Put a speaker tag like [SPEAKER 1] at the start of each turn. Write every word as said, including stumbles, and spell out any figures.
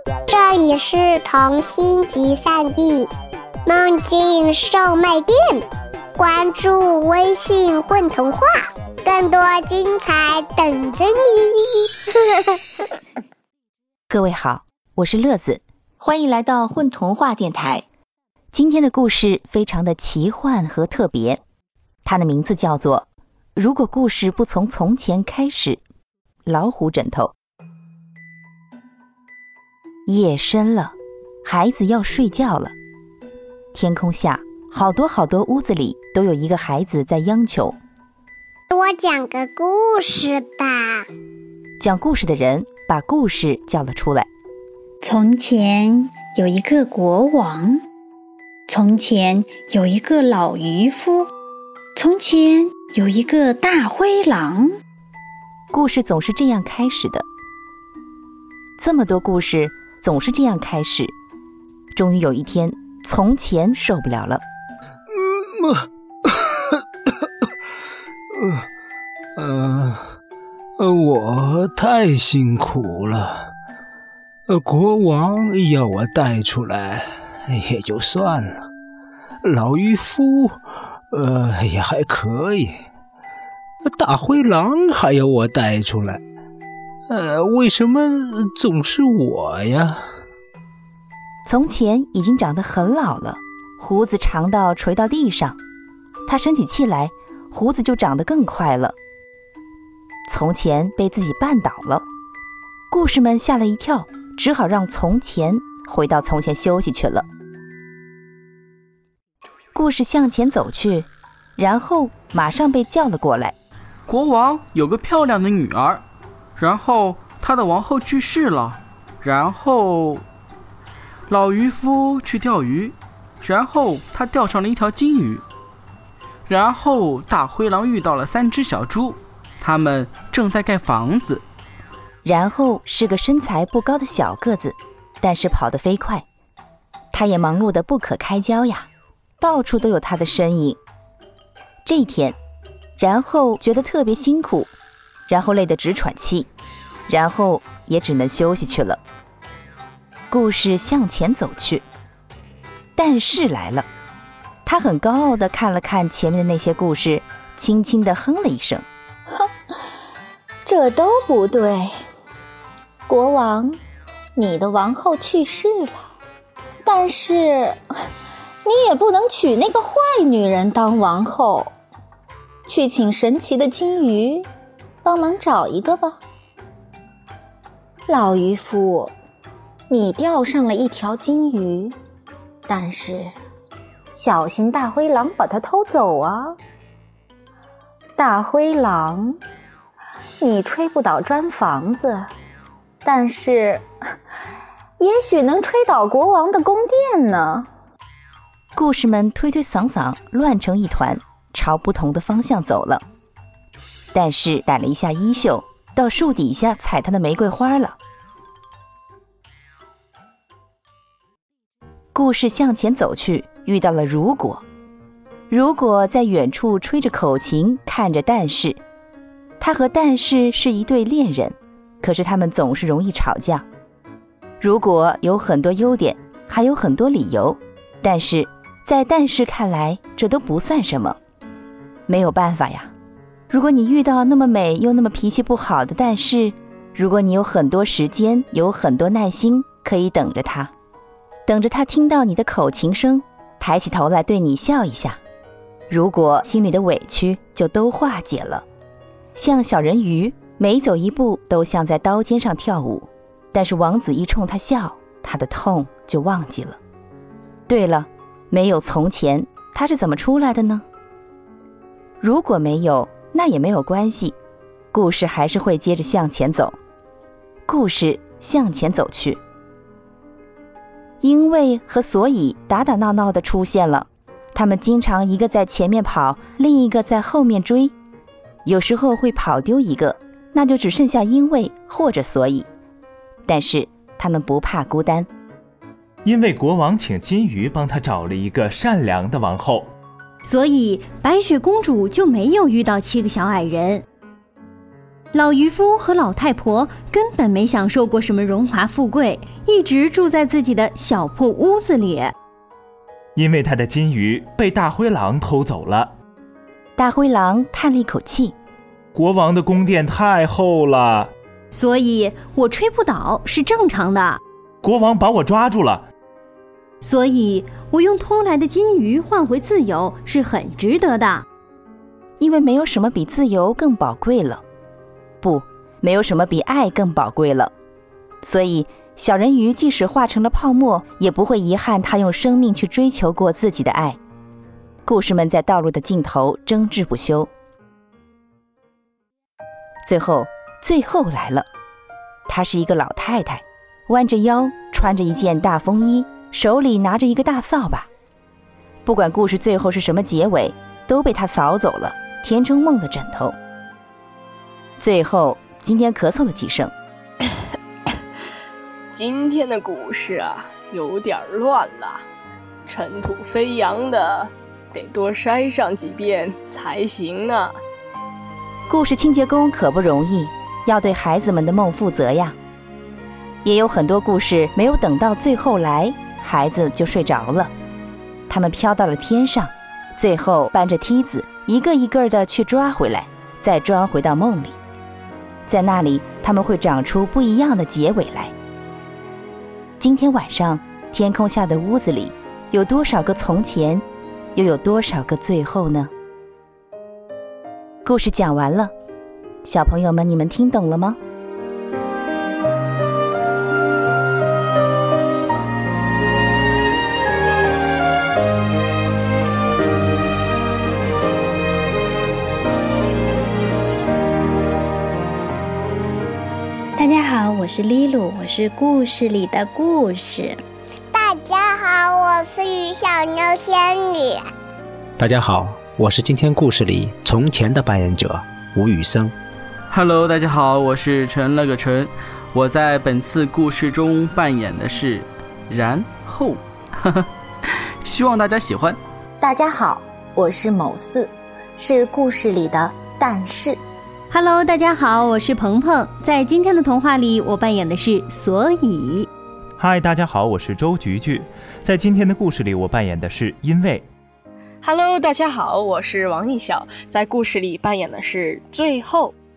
[SPEAKER 1] 这里是童心集散地梦境售卖店，关注微信混童话，更多精彩等着你。
[SPEAKER 2] 各位好，我是乐子，
[SPEAKER 3] 欢迎来到混童话电台。
[SPEAKER 2] 今天的故事非常的奇幻和特别，它的名字叫做如果故事不从从前开始，老虎枕头。夜深了，孩子要睡觉了。天空下，好多好多屋子里都有一个孩子在央求。
[SPEAKER 1] 给我讲个故事吧。
[SPEAKER 2] 讲故事的人把故事叫了出来。
[SPEAKER 4] 从前有一个国王，从前有一个老渔夫，从前有一个大灰狼。
[SPEAKER 2] 故事总是这样开始的。这么多故事总是这样开始。终于有一天，从前受不了了。
[SPEAKER 5] 嗯，呃，我太辛苦了。呃，国王要我带出来，也就算了。老渔夫，呃，也还可以。大灰狼还要我带出来，呃，为什么总是我呀？
[SPEAKER 2] 从前已经长得很老了，胡子长到垂到地上，他生起气来，胡子就长得更快了。从前被自己绊倒了，故事们吓了一跳，只好让从前回到从前休息去了。故事向前走去，然后马上被叫了过来。
[SPEAKER 6] 国王有个漂亮的女儿，然后他的王后去世了，然后老渔夫去钓鱼，然后他钓上了一条金鱼，然后大灰狼遇到了三只小猪，他们正在盖房子。
[SPEAKER 2] 然后是个身材不高的小个子，但是跑得飞快，他也忙碌得不可开交呀，到处都有他的身影。这一天，然后觉得特别辛苦，然后累得直喘气，然后也只能休息去了。故事向前走去，但是来了，他很高傲地看了看前面的那些故事，轻轻地哼了一声。
[SPEAKER 3] 哼，这都不对。国王，你的王后去世了，但是你也不能娶那个坏女人当王后。去请神奇的金鱼帮忙找一个吧。老渔夫，你钓上了一条金鱼，但是小心大灰狼把它偷走啊。大灰狼，你吹不倒砖房子，但是也许能吹倒国王的宫殿呢。
[SPEAKER 2] 故事们推推搡搡，乱成一团，朝不同的方向走了。但是掸了一下衣袖，到树底下采他的玫瑰花了。故事向前走去，遇到了如果。如果在远处吹着口琴，看着但是。他和但是是一对恋人，可是他们总是容易吵架。如果有很多优点，还有很多理由，但是在但是看来，这都不算什么。没有办法呀，如果你遇到那么美又那么脾气不好的但是，如果你有很多时间，有很多耐心，可以等着他，等着他听到你的口琴声，抬起头来对你笑一下，如果心里的委屈就都化解了。像小人鱼，每走一步都像在刀尖上跳舞，但是王子一冲他笑，他的痛就忘记了。对了，没有从前，他是怎么出来的呢？如果没有，那也没有关系，故事还是会接着向前走。故事向前走去。因为和所以打打闹闹的出现了，他们经常一个在前面跑，另一个在后面追，有时候会跑丢一个，那就只剩下因为或者所以。但是他们不怕孤单，
[SPEAKER 7] 因为国王请金鱼帮他找了一个善良的王后，
[SPEAKER 8] 所以白雪公主就没有遇到七个小矮人。 老渔夫和老太婆根本没享受过什么荣华富贵，一直住在自己的小破屋子里。
[SPEAKER 7] 因为他的金鱼被大灰狼偷走了。
[SPEAKER 2] 大灰狼叹了一口气，
[SPEAKER 7] 国王的宫殿太厚了，
[SPEAKER 8] 所以我吹不倒是正常的。
[SPEAKER 7] 国王把我抓住了，
[SPEAKER 8] 所以我用偷来的金鱼换回自由是很值得的。
[SPEAKER 2] 因为没有什么比自由更宝贵了，不，没有什么比爱更宝贵了。所以小人鱼即使化成了泡沫，也不会遗憾他用生命去追求过自己的爱。故事们在道路的尽头争执不休。最后，最后来了，她是一个老太太，弯着腰，穿着一件大风衣，手里拿着一个大扫把。不管故事最后是什么结尾，都被她扫走了，填成梦的枕头。最后，今天咳嗽了几声。
[SPEAKER 9] 今天的故事啊，有点乱了，尘土飞扬的，得多筛上几遍才行呢。
[SPEAKER 2] 故事清洁工可不容易，要对孩子们的梦负责呀。也有很多故事没有等到最后来，孩子就睡着了。他们飘到了天上，最后搬着梯子，一个一个的去抓回来，再装回到梦里。在那里，他们会长出不一样的结尾来。今天晚上，天空下的屋子里，有多少个从前，又有多少个最后呢？故事讲完了，小朋友们，你们听懂了吗？
[SPEAKER 4] 大家好，我是丽露，我是故事里的故事。
[SPEAKER 1] 大家好，我是于小妞仙女。
[SPEAKER 5] 大家好，我是今天故事里从前的扮演者吴宇森。
[SPEAKER 6] Hello， 大家好，我是陈了个陈，我在本次故事中扮演的是然后，希望大家喜欢。
[SPEAKER 3] 大家好，我是某四，是故事里的但是。
[SPEAKER 8] Hello， 大家好，我是鹏鹏，在今天的童话里，我扮演的是所以。
[SPEAKER 7] 嗨，大家好，我是周菊菊，在今天的故事里，我扮演的是因为。
[SPEAKER 9] Hello， 大家好，我是王艺晓，在故事里扮演的是最后。